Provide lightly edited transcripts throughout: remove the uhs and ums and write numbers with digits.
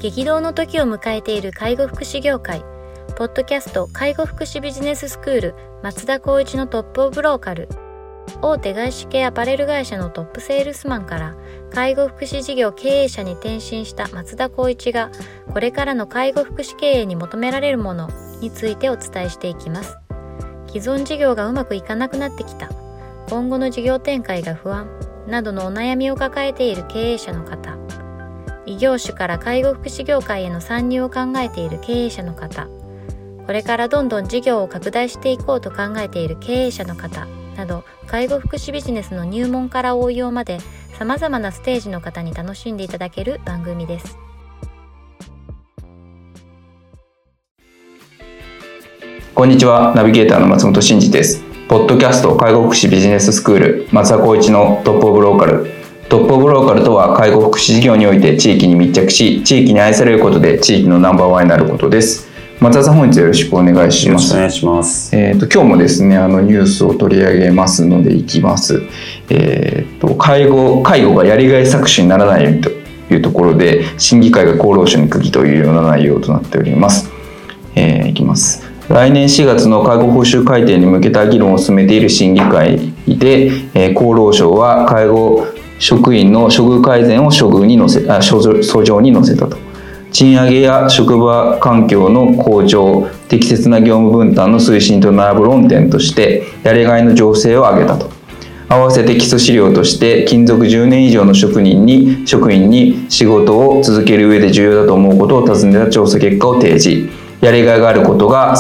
激動の時を迎えている介護福祉業界。ポッドキャスト介護福祉ビジネススクール松田光一のトップオブローカル。大手外資系アパレル会社のトップセールスマンから介護福祉事業経営者に転身した松田光一が、これからの介護福祉経営に求められるものについてお伝えしていきます。既存事業がうまくいかなくなってきた、今後の事業展開が不安などのお悩みを抱えている経営者の方、異業種から介護福祉業界への参入を考えている経営者の方、これからどんどん事業を拡大していこうと考えている経営者の方など、介護福祉ビジネスの入門から応用まで様々なステージの方に楽しんでいただける番組です。 こんにちは、ナビゲーターの松本真二です。ポッドキャスト介護福祉ビジネススクール松田光一のトップオブローカル。トップオブローカルとは、介護福祉事業において地域に密着し、地域に愛されることで地域のナンバーワンになることです。松田さん、本日よろしくお願いします。 よろしくお願いします。 今日もですね、ニュースを取り上げますのでいきます。介護がやりがい搾取にならないというところで、審議会が厚労省に釘というような内容となっております。いきます。来年4月の介護報酬改定に向けた議論を進めている審議会で、厚労省は介護職員の処遇改善を訴状に載せたと。賃上げや職場環境の向上、適切な業務分担の推進と並ぶ論点として、やりがいの醸成を挙げたと。合わせて基礎資料として、勤続10年以上の職員に仕事を続ける上で重要だと思うことを尋ねた調査結果を提示。やりがいがあることが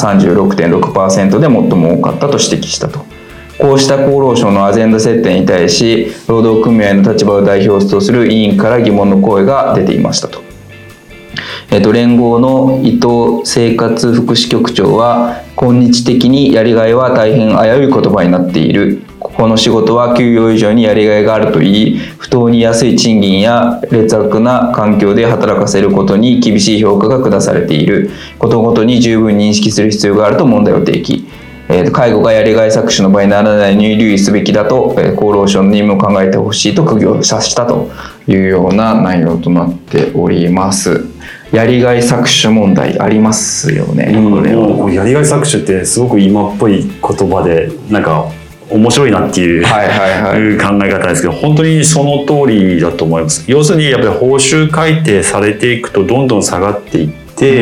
36.6% で最も多かったと指摘したと。こうした厚労省のアジェンダ設定に対し、労働組合の立場を代表とする委員から疑問の声が出ていましたと。連合の伊藤生活福祉局長は、今日的にやりがいは大変危うい言葉になっている。この仕事は給与以上にやりがいがあると言い、不当に安い賃金や劣悪な環境で働かせることに厳しい評価が下されていることごとに十分認識する必要があると問題を提起。介護がやりがい搾取の場合にならないように留意すべきだと、厚労省の任務を考えてほしいと釘を刺したというような内容となっております。やりがい搾取問題ありますよね。 やりがい搾取ってすごく今っぽい言葉で、なんか面白いなっていう、考え方ですけど、本当にその通りだと思います。要するにやっぱり報酬改定されていくとどんどん下がっていって、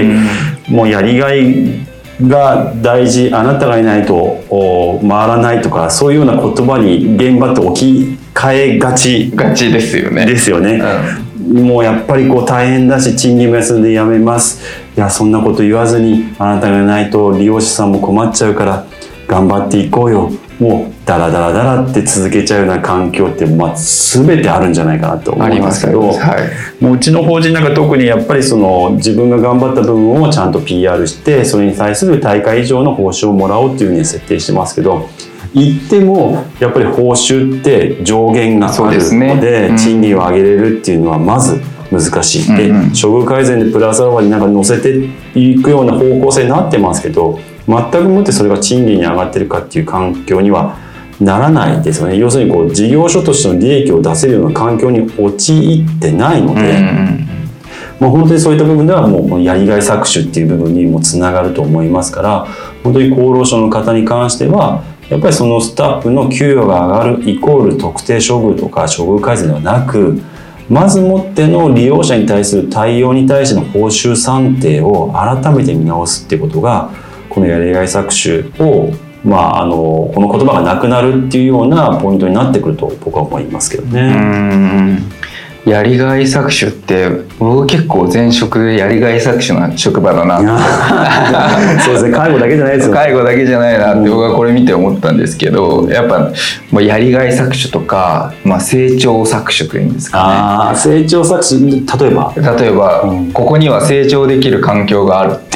もうやりがいが大事、あなたがいないと回らないとか、そういうような言葉に現場って置き換えがちですよね。 ですよね。もうやっぱり大変だし、賃金も安いんでやめます。いや、そんなこと言わずに、あなたがいないと利用者さんも困っちゃうから頑張っていこうよ。もうダラダラって続けちゃうような環境って、全てあるんじゃないかなと思いますけど、もううちの法人なんか特にやっぱり自分が頑張った部分をちゃんと PR して、それに対する対価以上の報酬をもらおうっていうふうに設定してますけど、言ってもやっぱり報酬って上限があるので、賃金を上げれるっていうのはまず難しい。で、処遇改善でプラスアルファになんか乗せていくような方向性になってますけど、全くもってそれが賃金に上がってるかっていう環境にはならないですよね。要するに事業所としての利益を出せるような環境に陥ってないので、本当にそういった部分ではもうやりがい搾取っていう部分にもつながると思いますから、本当に厚労省の方に関してはやっぱりそのスタッフの給与が上がるイコール特定処遇とか処遇改善ではなく、まずもっての利用者に対する対応に対しての報酬算定を改めて見直すっていうことが、このやりがい搾取を、この言葉がなくなるっていうようなポイントになってくると僕は思いますけどね。 やりがい搾取って僕結構前職でやりがい搾取な職場だなそうですね、介護だけじゃないですよ。 介護だけじゃないなって僕はこれ見て思ったんですけど、やっぱやりがい搾取とか、成長搾取というんですかね。 成長搾取、例えば、 ここには成長できる環境があるっていう、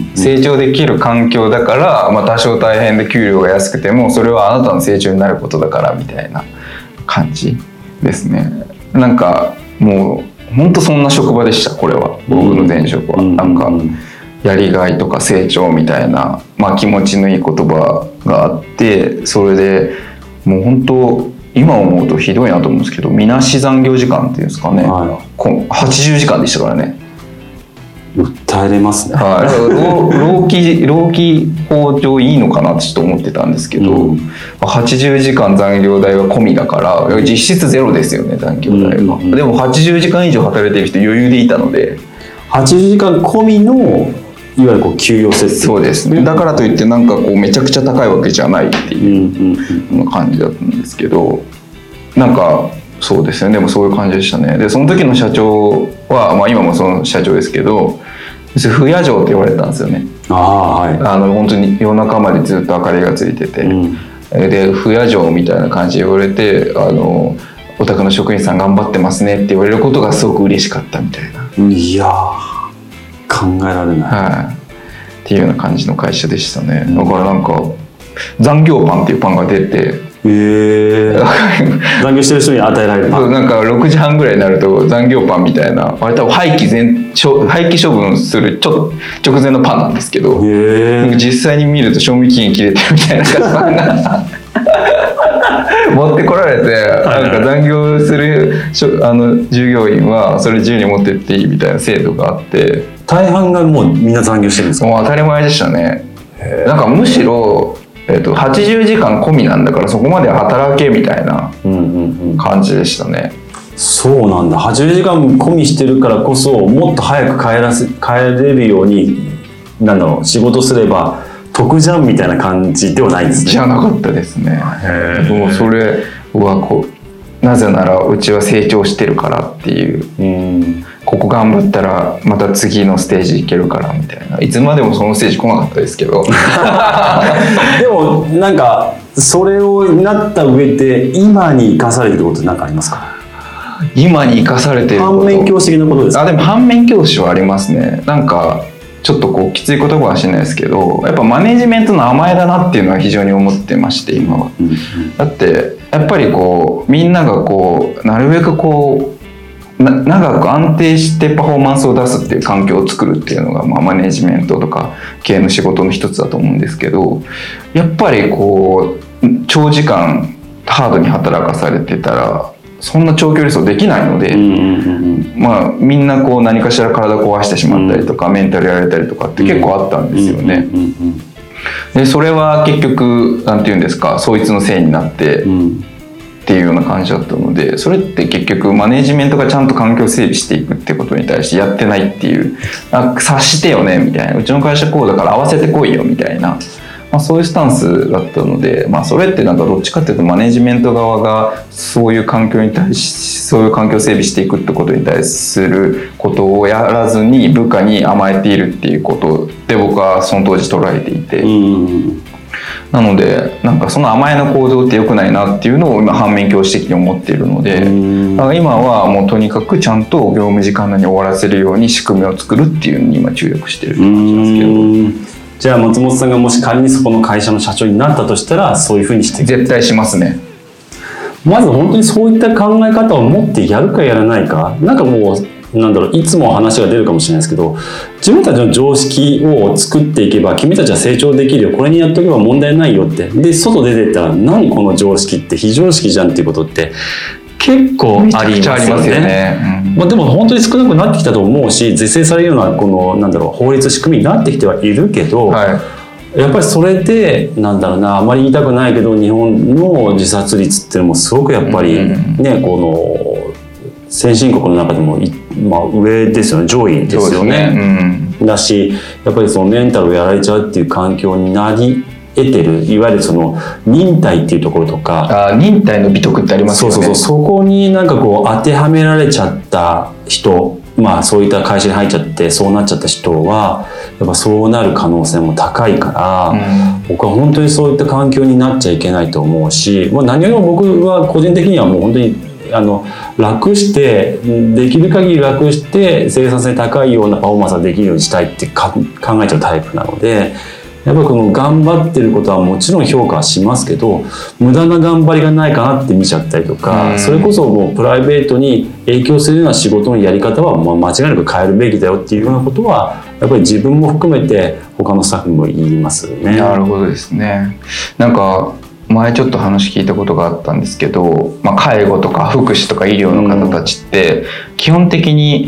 成長できる環境だから、多少大変で給料が安くてもそれはあなたの成長になることだからみたいな感じですね。なんかもう本当そんな職場でした。これは僕の前職はなんかやりがいとか成長みたいな、気持ちのいい言葉があって、それでもう本当今思うとひどいなと思うんですけど、みなし残業時間っていうんですかね、80時間でしたからね。 訴えれますね。 はい、労基法上いいのかなってちょっと思ってたんですけど、80時間残業代は込みだから実質ゼロですよね、残業代は。でも80時間以上働いてる人余裕でいたので、 80時間込みのいわゆるこう給与設定。 そうですね。だからといってなんかこうめちゃくちゃ高いわけじゃないっていう感じだったんですけど、なんかそうですね。でもそういう感じでしたね。でその時の社長は、まあ、今もその社長ですけど、不夜城って言われたんですよね。本当に夜中までずっと明かりがついてて、で不夜城みたいな感じで言われて、お宅の職員さん頑張ってますねって言われることがすごく嬉しかったみたいな。 いや考えられない、 はい、っていうような感じの会社でしたね。だからなんか残業パンっていうパンが出て、 残業してる人に与えられるパン。 なんか6時半ぐらいになると残業パンみたいな、あれ多分廃棄処分する直前のパンなんですけど、実際に見ると賞味期限切れてるみたいなパンが持ってこられて、なんか残業する従業員はそれ自由に持ってっていいみたいな制度があって、 大半がもうみんな残業してるんですか？ もう当たり前でしたね。なんかむしろ80時間込みなんだからそこまで働けみたいな感じでしたね。 そうなんだ。80時間込みしてるからこそもっと早く帰れるように仕事すれば得じゃんみたいな感じではないんですね。 じゃなかったですね。もうそれはなぜならうちは成長してるからっていう、ここ頑張ったらまた次のステージ行けるからみたいな。いつまでもそのステージ来なかったですけどでもなんかそれをなった上で今に生かされてることって何かありますか？ 今に生かされてること、 反面教師的なことですか？ でも反面教師はありますね。なんかちょっときつい言葉はしないですけど、やっぱマネジメントの甘えだなっていうのは非常に思ってまして、今は。だってやっぱりみんながなるべく長く安定してパフォーマンスを出すっていう環境を作るっていうのが、マネジメントとか経営の仕事の一つだと思うんですけど、やっぱり長時間ハードに働かされてたらそんな長距離走できないので、みんな何かしら体壊してしまったりとか、メンタルやられたりとかって結構あったんですよね。でそれは結局なんていうんですか、そいつのせいになってっていうような感じだったので、それって結局マネジメントがちゃんと環境整備していくってことに対してやってないっていう、察してよねみたいな、うちの会社こうだから合わせてこいよみたいな、そういうスタンスだったので、それってなんかどっちかっていうとマネジメント側がそういう環境に対し、そういう環境整備していくってことに対することをやらずに部下に甘えているっていうことで僕はその当時捉えていて、なのでなんかその甘えの行動って良くないなっていうのを今反面教師的に思っているので、だから今はもうとにかくちゃんと業務時間内に終わらせるように仕組みを作るっていうのに今注力してるって感じなんですけど。 じゃあ松本さんがもし仮にそこの会社の社長になったとしたらそういうふうにして絶対しますね。 まず本当にそういった考え方を持ってやるかやらないか、なんかもういつも話が出るかもしれないですけど、自分たちの常識を作っていけば君たちは成長できるよ、これにやっとけば問題ないよって、で外出てったら何この常識って非常識じゃんっていうことって結構ありますよね。でも本当に少なくなってきたと思うし、是正されるような法律仕組みになってきてはいるけど、やっぱりそれであまり言いたくないけど日本の自殺率っていうのもすごくやっぱりね、先進国の中でも上ですよね、上位ですよね。だしやっぱりそのメンタルをやられちゃうっていう環境になり得てる、いわゆるその忍耐っていうところとか、 忍耐の美徳ってありますよね。 そこに当てはめられちゃった人、そういった会社に入っちゃってそうなっちゃった人はやっぱそうなる可能性も高いから、僕は本当にそういった環境になっちゃいけないと思うし、何よりも僕は個人的にはもう本当に楽してできる限り楽して生産性高いようなパフォーマンスができるようにしたいって考えちゃうタイプなので、やっぱりこの頑張ってることはもちろん評価はしますけど、無駄な頑張りがないかなって見ちゃったりとか、それこそもうプライベートに影響するような仕事のやり方は間違いなく変えるべきだよっていうようなことはやっぱり自分も含めて他のスタッフにも言いますね。 なるほどですね。なんか前ちょっと話聞いたことがあったんですけど、介護とか福祉とか医療の方たちって基本的に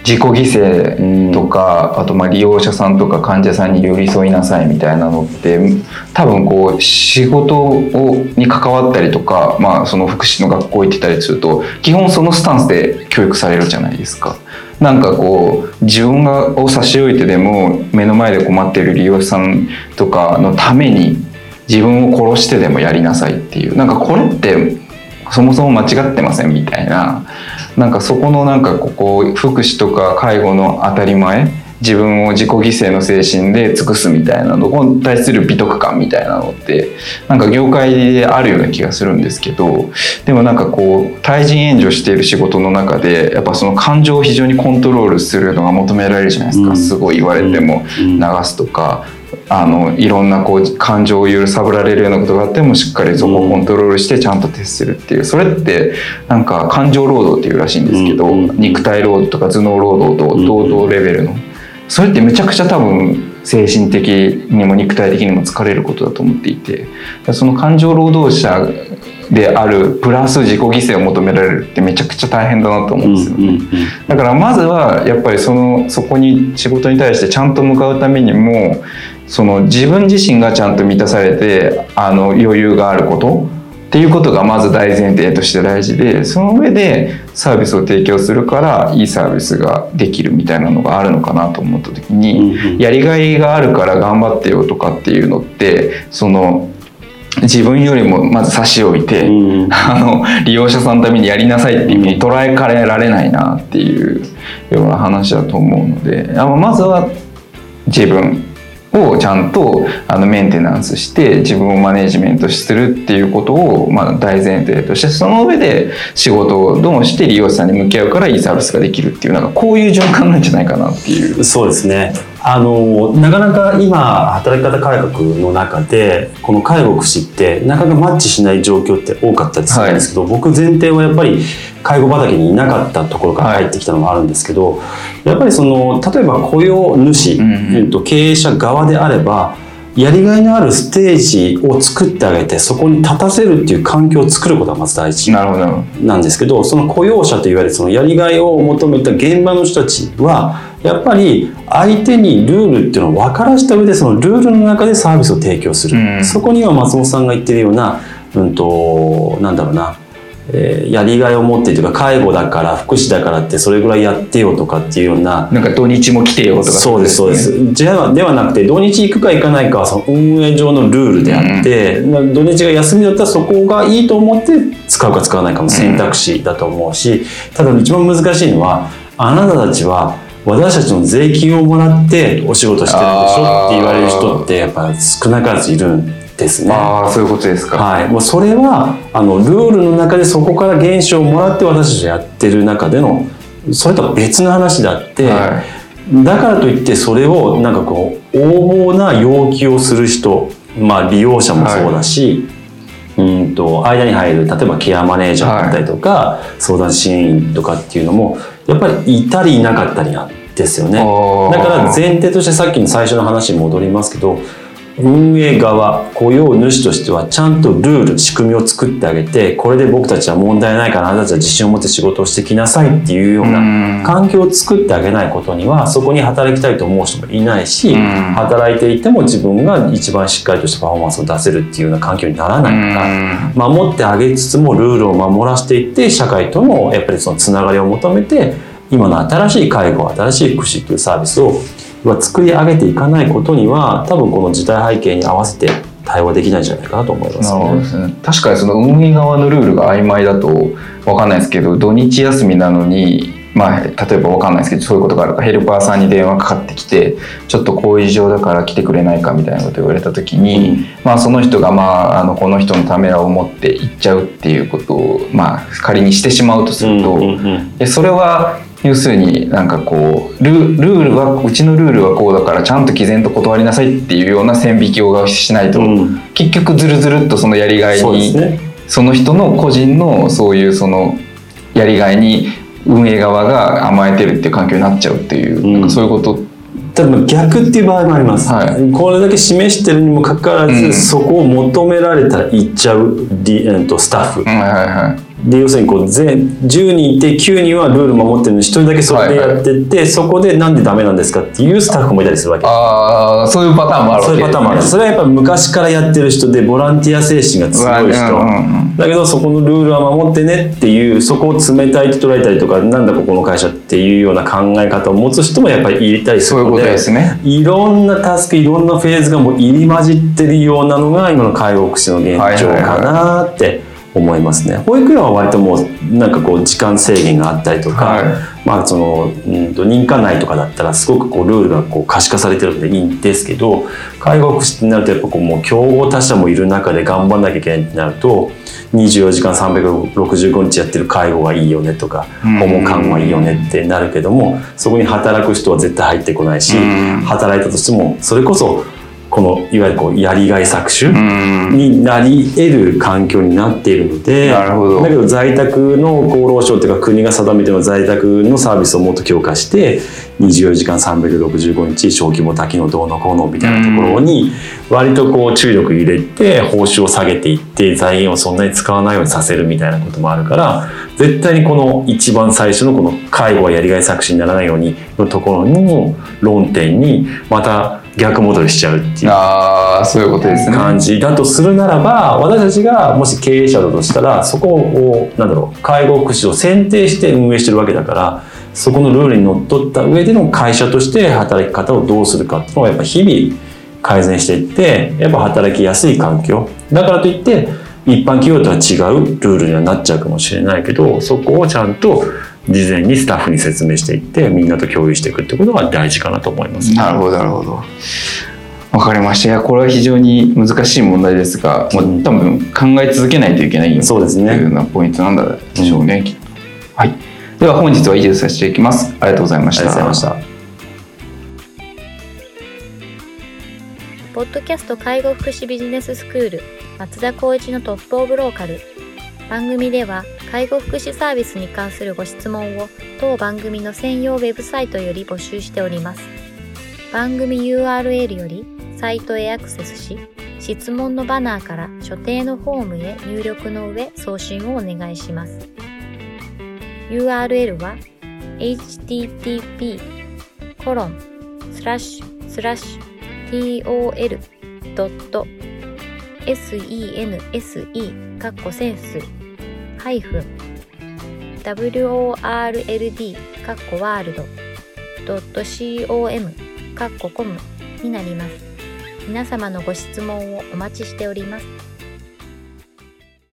自己犠牲とか、あと利用者さんとか患者さんに寄り添いなさいみたいなのって多分こう仕事に関わったりとか、その福祉の学校行ってたりすると基本そのスタンスで教育されるじゃないですか。なんかこう自分を差し置いてでも目の前で困っている利用者さんとかのために自分を殺してでもやりなさいっていう、なんかこれってそもそも間違ってませんみたいな、なんかそこのなんかここ福祉とか介護の当たり前、自分を自己犠牲の精神で尽くすみたいなのに対する美徳感みたいなのってなんか業界であるような気がするんですけど、でもなんかこう対人援助している仕事の中でやっぱその感情を非常にコントロールするのが求められるじゃないですか。すごい言われても流すとか、いろんなこう感情を揺さぶられるようなことがあってもしっかりそこをコントロールしてちゃんと徹するっていう、それってなんか感情労働っていうらしいんですけど、肉体労働とか頭脳労働と同等レベルの、それってめちゃくちゃ多分精神的にも肉体的にも疲れることだと思っていて、その感情労働者であるプラス自己犠牲を求められるってめちゃくちゃ大変だなと思うんですよね。だからまずはやっぱりそこに仕事に対してちゃんと向かうためにもその自分自身がちゃんと満たされて余裕があることっていうことがまず大前提として大事で、その上でサービスを提供するからいいサービスができるみたいなのがあるのかなと思った時に、やりがいがあるから頑張ってよとかっていうのってその自分よりもまず差し置いて、利用者さんのためにやりなさいっていうふうに捉えかれられないなっていうような話だと思うので、まずは自分をちゃんとメンテナンスして自分をマネジメントするっていうことを大前提として、その上で仕事をどうして利用者さんに向き合うからいいサービスができるっていう、なんかこういう循環なんじゃないかなっていう。 そうですね。なかなか今働き方改革の中でこの介護福祉ってなかなかマッチしない状況って多かったりするんですけど、僕前提はやっぱり介護畑にいなかったところから入ってきたのもあるんですけど、やっぱり例えば雇用主、経営者側であればやりがいのあるステージを作ってあげてそこに立たせるっていう環境を作ることがまず大事なんですけど、その雇用者といわれるそのやりがいを求めた現場の人たちはやっぱり相手にルールっていうのを分からした上でそのルールの中でサービスを提供する、そこには松本さんが言ってるような、なんだろうな、やりがいを持ってというか介護だから福祉だからってそれぐらいやってよとかっていうような、 なんか土日も来てよとか、 そうですそうです。ではなくて土日行くか行かないかはその運営上のルールであって、土日が休みだったらそこがいいと思って使うか使わないかの選択肢だと思うし、ただ一番難しいのはあなたたちは私たちの税金をもらってお仕事してるでしょって言われる人ってやっぱり少なからずいるんですね。 そういうことですか。 はい、もうそれはルールの中でそこから原資をもらって私たちがやってる中でのそれとは別の話であって、だからといってそれをなんかこう横暴な要求をする人、利用者もそうだし、間に入る例えばケアマネージャーだったりとか、相談支援員とかっていうのもやっぱりいたりいなかったりなんですよね。だから前提としてさっきの最初の話に戻りますけど、運営側雇用主としてはちゃんとルール仕組みを作ってあげて、これで僕たちは問題ないからあなたたちは自信を持って仕事をしてきなさいっていうような環境を作ってあげないことにはそこに働きたいと思う人もいないし、働いていても自分が一番しっかりとしたパフォーマンスを出せるっていうような環境にならないから、守ってあげつつもルールを守らせていって社会とのやっぱりそのつながりを求めて今の新しい介護新しい福祉というサービスを作り上げていかないことには多分この時代背景に合わせて対応できないんじゃないかなと思いますね。 なるほどですね。確かにその運営側のルールが曖昧だと分かんないですけど、土日休みなのに例えば分かんないですけどそういうことがあるか、ヘルパーさんに電話かかってきてちょっとこういう事情だから来てくれないかみたいなこと言われた時に、その人がこの人のためらを持って行っちゃうっていうことを仮にしてしまうとすると、それは要するになんかこうルールはうちのルールはこうだからちゃんと毅然と断りなさいっていうような線引きをしないと、結局ずるずるっとそのやりがいに その人の個人のそういうそのやりがいに運営側が甘えてるっていう環境になっちゃうっていう、なんかそういうこと多分逆っていう場合もあります、これだけ示してるにもかかわらず、そこを求められたら行っちゃうスタッフで要するにこう10人いて9人はルール守ってるのに1人だけそれでやってって、そこでなんでダメなんですかっていうスタッフもいたりするわけ。 ああ、そういうパターンもあるわけですね。 そういうパターンもある。それはやっぱ昔からやってる人でボランティア精神が強い人、だけどそこのルールは守ってねっていう、そこを冷たいと捉えたりとか、なんだここの会社っていうような考え方を持つ人もやっぱりいたりするので、 そういうことですね。 いろんなタスク、いろんなフェーズがもう入り混じってるようなのが今の介護福祉の現状かなって思いますね。保育園は割ともうなんかこう時間制限があったりとか、まあその認可内とかだったらすごくこうルールがこう可視化されてるのでいいんですけど、介護福祉ってなるとやっぱこうもう競合他社もいる中で頑張んなきゃいけないってなると、24時間365日やってる介護がいいよねとか、訪問看護がいいよねってなるけども、そこに働く人は絶対入ってこないし、働いたとしてもそれこそこのいわゆるこうやりがい搾取になり得る環境になっているので、だけど在宅の厚労省というか国が定めてる在宅のサービスをもっと強化して24時間365日小規模多機能どうのこうのみたいなところに割とこう注力入れて報酬を下げていって財源をそんなに使わないようにさせるみたいなこともあるから、絶対にこの一番最初のこの介護はやりがい搾取にならないようにのところの論点にまた逆戻りしちゃうっていうそういうことですね。 感じだとするならば、私たちがもし経営者だとしたらそこを介護福祉を選定して運営してるわけだから、そこのルールにのっとった上での会社として働き方をどうするかっていうのをやっぱ日々改善していって、やっぱ働きやすい環境だからといって一般企業とは違うルールにはなっちゃうかもしれないけど、そこをちゃんと事前にスタッフに説明していってみんなと共有していくってことが大事かなと思います。 なるほどなるほど、わかりました。いやこれは非常に難しい問題ですが、多分考え続けないといけないそうですね、 というようなポイントなんだでしょうね、きっと。はい、では本日は以上とさせていきます。ありがとうございました。 ありがとうございました。 ポッドキャスト介護福祉ビジネススクール松田光一のトップオブローカル。番組では介護福祉サービスに関するご質問を当番組の専用ウェブサイトより募集しております。番組 URL よりサイトへアクセスし、質問のバナーから所定のフォームへ入力の上送信をお願いします。URL は http://tol.sense（world.com） になります。皆様のご質問をお待ちしております。